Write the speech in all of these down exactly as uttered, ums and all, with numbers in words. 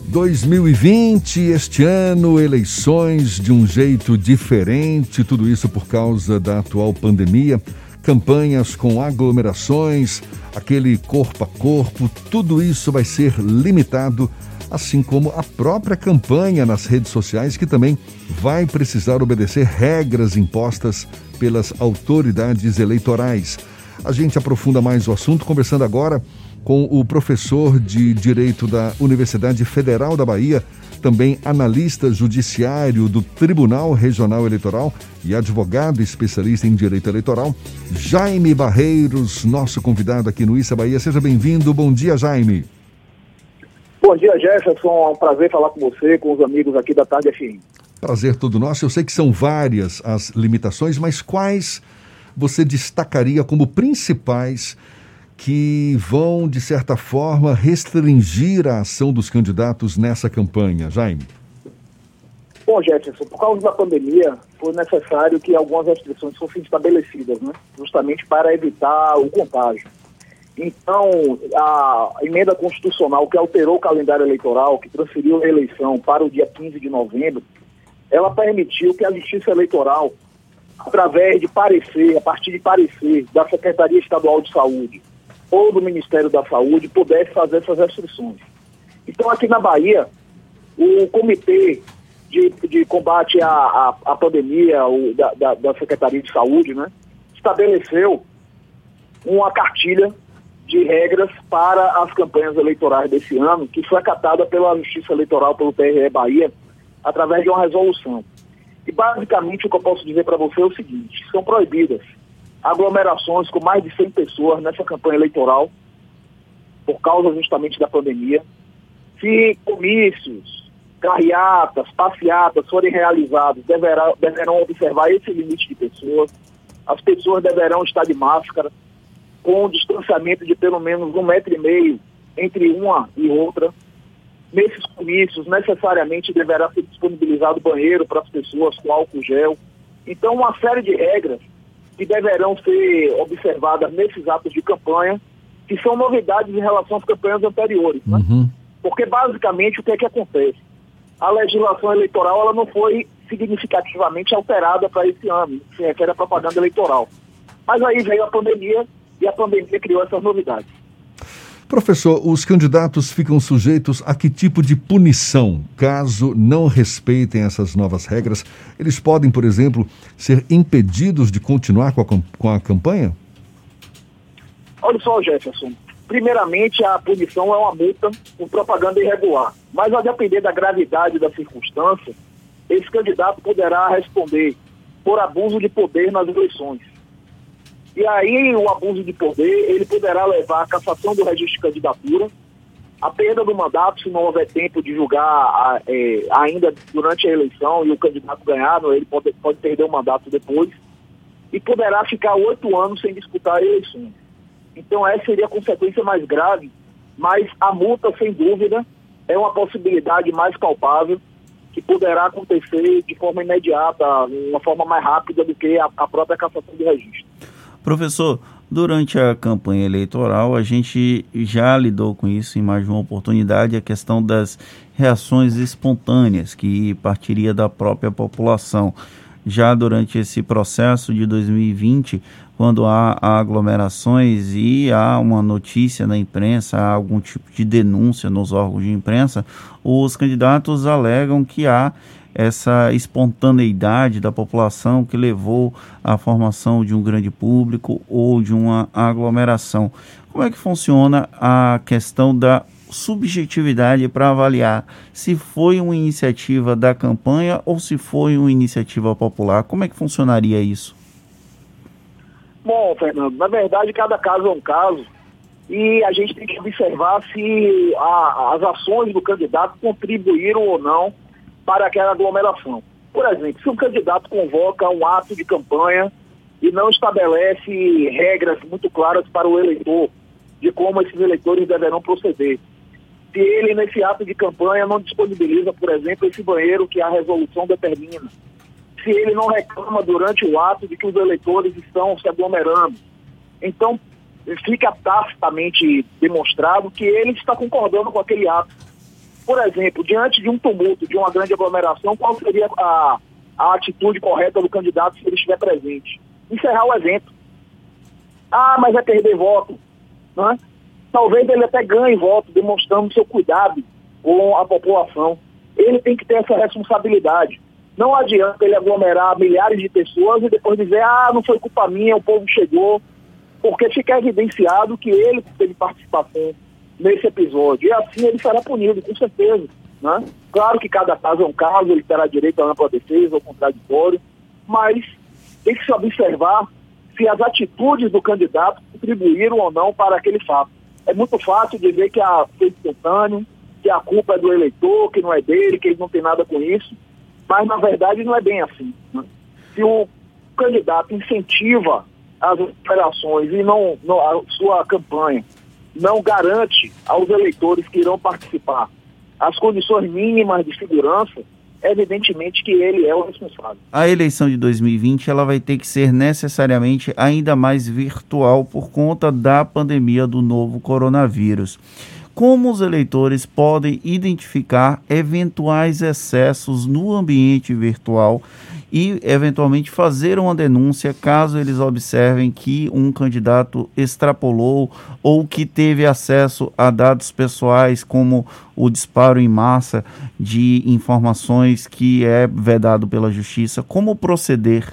dois mil e vinte, este ano, eleições de um jeito diferente, tudo isso por causa da atual pandemia, campanhas com aglomerações, aquele corpo a corpo, tudo isso vai ser limitado, assim como a própria campanha nas redes sociais, que também vai precisar obedecer regras impostas pelas autoridades eleitorais. A gente aprofunda mais o assunto conversando agora com o professor de Direito da Universidade Federal da Bahia, também analista judiciário do Tribunal Regional Eleitoral e advogado especialista em Direito Eleitoral, Jaime Barreiros, nosso convidado aqui no Issa Bahia. Seja bem-vindo. Bom dia, Jaime. Bom dia, Jefferson. É um prazer falar com você, com os amigos aqui da Tarde F M. Prazer todo nosso. Eu sei que são várias as limitações, mas quais você destacaria como principais que vão, de certa forma, restringir a ação dos candidatos nessa campanha, Jaime? Bom, Jefferson, por causa da pandemia, foi necessário que algumas restrições fossem estabelecidas, né? Justamente para evitar o contágio. Então, a emenda constitucional que alterou o calendário eleitoral, que transferiu a eleição para o dia quinze de novembro, ela permitiu que a Justiça Eleitoral, através de parecer, a partir de parecer da Secretaria Estadual de Saúde ou do Ministério da Saúde, pudesse fazer essas restrições. Então, aqui na Bahia, o Comitê de, de Combate à, à, à Pandemia o, da, da, da Secretaria de Saúde, né, estabeleceu uma cartilha de regras para as campanhas eleitorais desse ano, que foi acatada pela Justiça Eleitoral, pelo T R E Bahia, através de uma resolução. E, basicamente, o que eu posso dizer para você é o seguinte: são proibidas aglomerações com mais de cem pessoas nessa campanha eleitoral, por causa justamente da pandemia. Se comícios, carreatas, passeatas forem realizados, deverá, deverão observar esse limite de pessoas. As pessoas deverão estar de máscara, com um distanciamento de pelo menos um metro e meio entre uma e outra. Nesses comícios, necessariamente deverá ser disponibilizado banheiro para as pessoas com álcool gel. Então, uma série de regras que deverão ser observadas nesses atos de campanha, que são novidades em relação às campanhas anteriores, né? Uhum. Porque, basicamente, o que é que acontece? A legislação eleitoral ela não foi significativamente alterada para esse ano, que era propaganda eleitoral. Mas aí veio a pandemia e a pandemia criou essas novidades. Professor, os candidatos ficam sujeitos a que tipo de punição, caso não respeitem essas novas regras? Eles podem, por exemplo, ser impedidos de continuar com a, com a campanha? Olha só, Jefferson. Primeiramente, a punição é uma multa por propaganda irregular. Mas, a depender da gravidade da circunstância, esse candidato poderá responder por abuso de poder nas eleições. E aí, o abuso de poder, ele poderá levar à cassação do registro de candidatura, a perda do mandato, se não houver tempo de julgar é, ainda durante a eleição e o candidato ganhar, ele pode, pode perder o mandato depois, e poderá ficar oito anos sem disputar eleições. Então, essa seria a consequência mais grave, mas a multa, sem dúvida, é uma possibilidade mais palpável que poderá acontecer de forma imediata, de uma forma mais rápida do que a, a própria cassação do registro. Professor, durante a campanha eleitoral, a gente já lidou com isso em mais de uma oportunidade, a questão das reações espontâneas, que partiria da própria população. Já durante esse processo de dois mil e vinte, quando há aglomerações e há uma notícia na imprensa, há algum tipo de denúncia nos órgãos de imprensa, os candidatos alegam que há essa espontaneidade da população que levou à formação de um grande público ou de uma aglomeração. Como é que funciona a questão da subjetividade para avaliar se foi uma iniciativa da campanha ou se foi uma iniciativa popular? Como é que funcionaria isso? Bom, Fernando, na verdade cada caso é um caso e a gente tem que observar se a, as ações do candidato contribuíram ou não para aquela aglomeração. Por exemplo, se um candidato convoca um ato de campanha e não estabelece regras muito claras para o eleitor de como esses eleitores deverão proceder, se ele, nesse ato de campanha, não disponibiliza, por exemplo, esse banheiro que a resolução determina, se ele não reclama durante o ato de que os eleitores estão se aglomerando, então fica tacitamente demonstrado que ele está concordando com aquele ato. por exemplo, diante de um tumulto, de uma grande aglomeração, qual seria a, a atitude correta do candidato se ele estiver presente? Encerrar o evento. Ah, mas vai perder voto. Né? Talvez ele até ganhe voto, demonstrando seu cuidado com a população. Ele tem que ter essa responsabilidade. Não adianta ele aglomerar milhares de pessoas e depois dizer, ah, não foi culpa minha, o povo chegou, porque fica evidenciado que ele teve participação nesse episódio. E assim ele será punido, com certeza. Né? Claro que cada caso é um caso, ele terá direito à ampla defesa ou contraditório, mas tem que se observar se as atitudes do candidato contribuíram ou não para aquele fato. É muito fácil dizer que a, foi espontâneo, que a culpa é do eleitor, que não é dele, que ele não tem nada com isso, mas na verdade não é bem assim. Né? Se o candidato incentiva as operações e não, não, a sua campanha não garante aos eleitores que irão participar as condições mínimas de segurança, evidentemente que ele é o responsável. A eleição de dois mil e vinte ela vai ter que ser necessariamente ainda mais virtual por conta da pandemia do novo coronavírus. Como os eleitores podem identificar eventuais excessos no ambiente virtual e, eventualmente, fazer uma denúncia caso eles observem que um candidato extrapolou ou que teve acesso a dados pessoais, como o disparo em massa de informações que é vedado pela Justiça? Como proceder?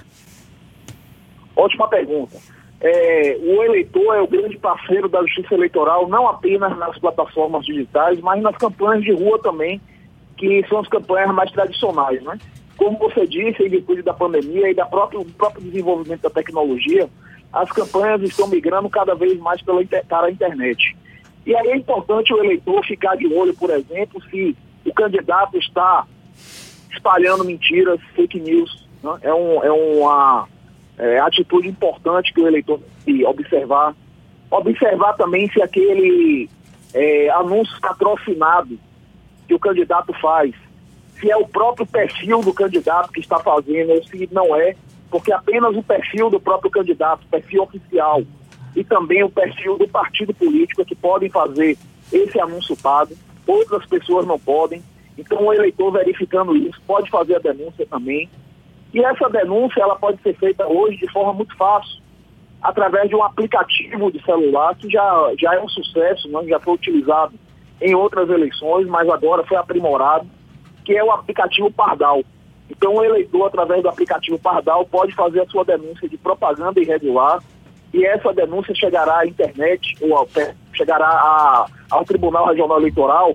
Ótima pergunta. É, o eleitor é o grande parceiro da Justiça Eleitoral, não apenas nas plataformas digitais, mas nas campanhas de rua também, que são as campanhas mais tradicionais, né? Como você disse, em virtude da pandemia e da própria, do próprio desenvolvimento da tecnologia, as campanhas estão migrando cada vez mais pela inter, para a internet. E aí é importante o eleitor ficar de olho, por exemplo, se o candidato está espalhando mentiras, fake news, né? É, um, é uma... É, atitude importante que o eleitor tem que observar. Observar também se aquele é, anúncio patrocinado que o candidato faz, se é o próprio perfil do candidato que está fazendo ou se não é, porque apenas o perfil do próprio candidato, o perfil oficial, e também o perfil do partido político é que podem fazer esse anúncio pago, outras pessoas não podem. Então o eleitor verificando isso pode fazer a denúncia também. E essa denúncia ela pode ser feita hoje de forma muito fácil, através de um aplicativo de celular que já, já é um sucesso, né? Já foi utilizado em outras eleições, mas agora foi aprimorado, que é o aplicativo Pardal. Então o eleitor, através do aplicativo Pardal, pode fazer a sua denúncia de propaganda irregular e essa denúncia chegará à internet, ou ao, chegará a, ao Tribunal Regional Eleitoral.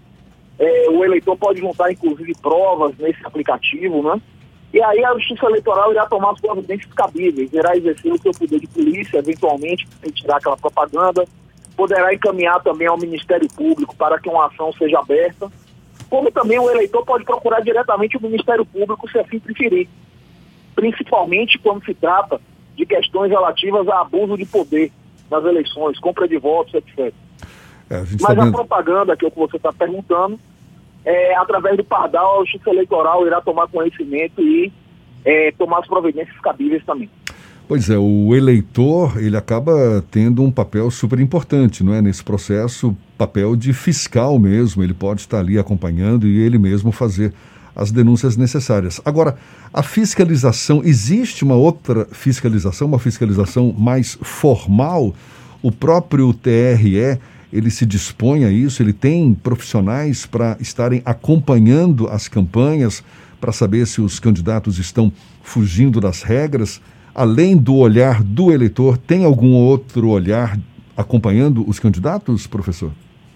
É, o eleitor pode juntar, inclusive, provas nesse aplicativo, né? E aí a Justiça Eleitoral irá tomar as providências cabíveis, irá exercer o seu poder de polícia, eventualmente, para retirar aquela propaganda, poderá encaminhar também ao Ministério Público para que uma ação seja aberta, como também o eleitor pode procurar diretamente o Ministério Público, se assim preferir, principalmente quando se trata de questões relativas a abuso de poder nas eleições, compra de votos, etcétera. É, a Mas tá vendo... a propaganda, que é o que você está perguntando, É, através do Pardal, a Justiça Eleitoral irá tomar conhecimento e é, tomar as providências cabíveis também. Pois é, o eleitor, ele acaba tendo um papel super importante, não é? Nesse processo, papel de fiscal mesmo, ele pode estar ali acompanhando e ele mesmo fazer as denúncias necessárias. Agora, a fiscalização, existe uma outra fiscalização, uma fiscalização mais formal? O próprio T R E, ele se dispõe a isso, ele tem profissionais para estarem acompanhando as campanhas, para saber se os candidatos estão fugindo das regras. Além do olhar do eleitor, tem algum outro olhar acompanhando os candidatos, professor?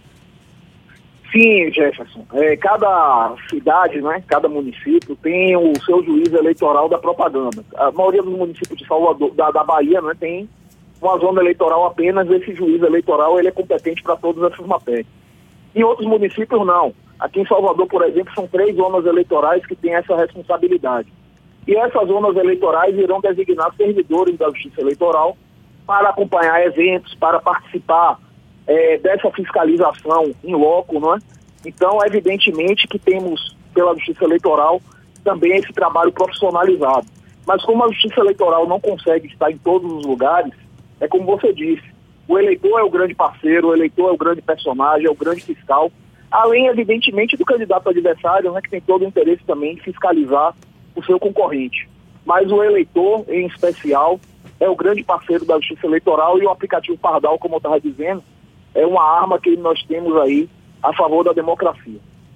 Sim, Jefferson. É, cada cidade, né, cada município tem o seu juiz eleitoral da propaganda. A maioria dos municípios de Salvador, da, da Bahia, né, tem uma zona eleitoral apenas. Esse juiz eleitoral ele é competente para todas essas matérias. Em outros municípios, não. Aqui em Salvador, por exemplo, são três zonas eleitorais que têm essa responsabilidade. E essas zonas eleitorais irão designar servidores da Justiça Eleitoral para acompanhar eventos, para participar é, dessa fiscalização em loco, não é? Então, evidentemente que temos, pela Justiça Eleitoral, também esse trabalho profissionalizado. Mas como a Justiça Eleitoral não consegue estar em todos os lugares, é como você disse, o eleitor é o grande parceiro, o eleitor é o grande personagem, é o grande fiscal, além, evidentemente, do candidato adversário, né, que tem todo o interesse também de fiscalizar o seu concorrente. Mas o eleitor, em especial, é o grande parceiro da Justiça Eleitoral, e o aplicativo Pardal, como eu estava dizendo, é uma arma que nós temos aí a favor da democracia.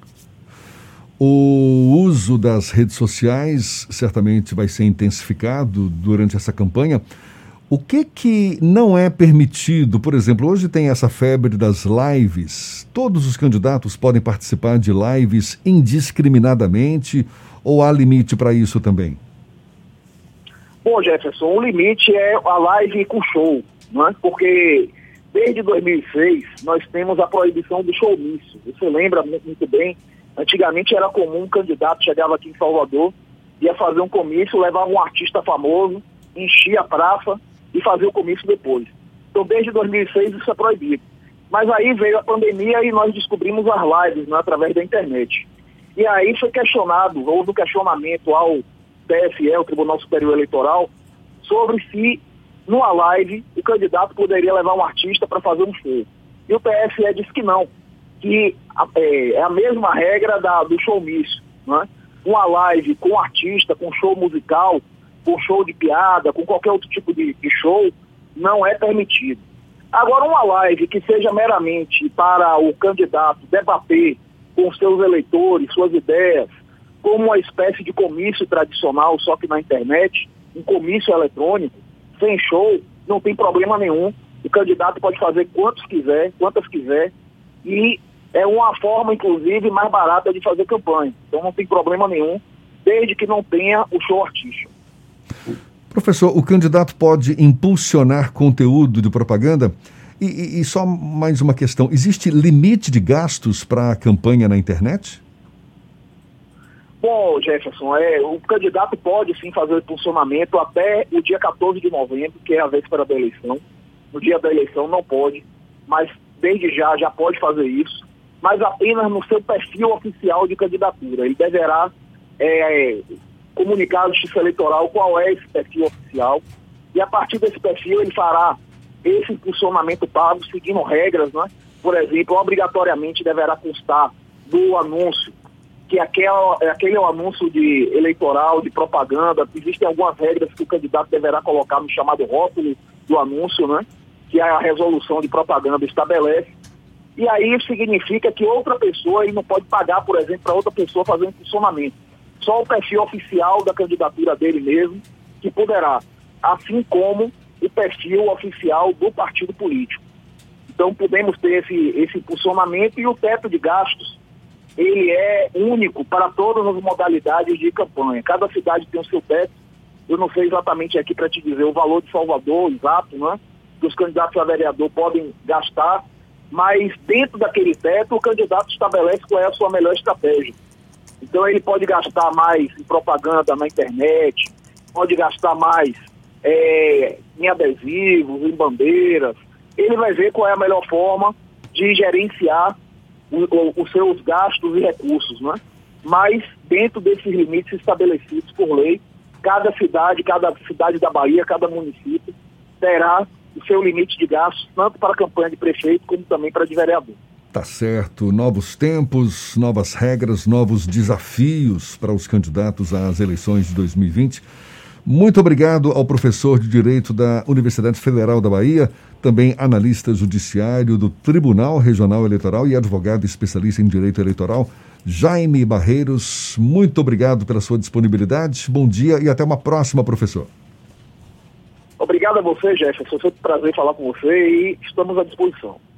O uso das redes sociais certamente vai ser intensificado durante essa campanha. O que que não é permitido? Por exemplo, hoje tem essa febre das lives. Todos os candidatos podem participar de lives indiscriminadamente, ou há limite para isso também? Bom, Jefferson, o limite é a live com show, não é? Porque desde dois mil e seis nós temos a proibição do showmício. Você lembra muito bem, antigamente era comum um candidato chegava aqui em Salvador, ia fazer um comício, levava um artista famoso, enchia a praça e fazia o comício depois. Então desde dois mil e seis isso é proibido. Mas aí veio a pandemia e nós descobrimos as lives, né, através da internet. E aí foi questionado, houve um questionamento ao T S E, o Tribunal Superior Eleitoral, sobre se, numa live, o candidato poderia levar um artista para fazer um show. E o T S E disse que não, que é, é a mesma regra da, do showmício, né? Uma live com artista, com show musical, com show de piada, com qualquer outro tipo de, de show, não é permitido. Agora, uma live que seja meramente para o candidato debater com seus eleitores, suas ideias, como uma espécie de comício tradicional, só que na internet, um comício eletrônico, sem show, não tem problema nenhum. O candidato pode fazer quantos quiser, quantas quiser, e é uma forma, inclusive, mais barata de fazer campanha. Então não tem problema nenhum, desde que não tenha o show artístico. Professor, o candidato pode impulsionar conteúdo de propaganda? E, e, e só mais uma questão, existe limite de gastos para a campanha na internet? Bom, Jefferson, é, o candidato pode sim fazer o impulsionamento até o dia quatorze de novembro, que é a véspera da eleição. No dia da eleição não pode, mas desde já já pode fazer isso, mas apenas no seu perfil oficial de candidatura. Ele deverá é, comunicar à Justiça Eleitoral qual é esse perfil oficial, e a partir desse perfil ele fará esse impulsionamento pago seguindo regras, né? Por exemplo, obrigatoriamente deverá constar do anúncio, que aquela, aquele é o anúncio de eleitoral, de propaganda. Existem algumas regras que o candidato deverá colocar no chamado rótulo do anúncio, né? Que a resolução de propaganda estabelece. E aí significa que outra pessoa, ele não pode pagar, por exemplo, para outra pessoa fazer um impulsionamento. Só o perfil oficial da candidatura dele mesmo que poderá, assim como o perfil oficial do partido político. Então podemos ter esse, esse impulsionamento, e o teto de gastos ele é único para todas as modalidades de campanha. Cada cidade tem o seu teto. Eu não sei exatamente aqui para te dizer o valor de Salvador, exato, né? Que os candidatos a vereador podem gastar, mas dentro daquele teto o candidato estabelece qual é a sua melhor estratégia. Então ele pode gastar mais em propaganda na internet, pode gastar mais é, em adesivos, em bandeiras. Ele vai ver qual é a melhor forma de gerenciar os seus gastos e recursos, né? Mas dentro desses limites estabelecidos por lei, cada cidade, cada cidade da Bahia, cada município terá o seu limite de gastos, tanto para a campanha de prefeito como também para de vereador. Tá certo. Novos tempos, novas regras, novos desafios para os candidatos às eleições de dois mil e vinte. Muito obrigado ao professor de Direito da Universidade Federal da Bahia, também analista judiciário do Tribunal Regional Eleitoral e advogado especialista em Direito Eleitoral, Jaime Barreiros. Muito obrigado pela sua disponibilidade. Bom dia e até uma próxima, professor. Obrigado a você, Jefferson. Foi um prazer falar com você e estamos à disposição.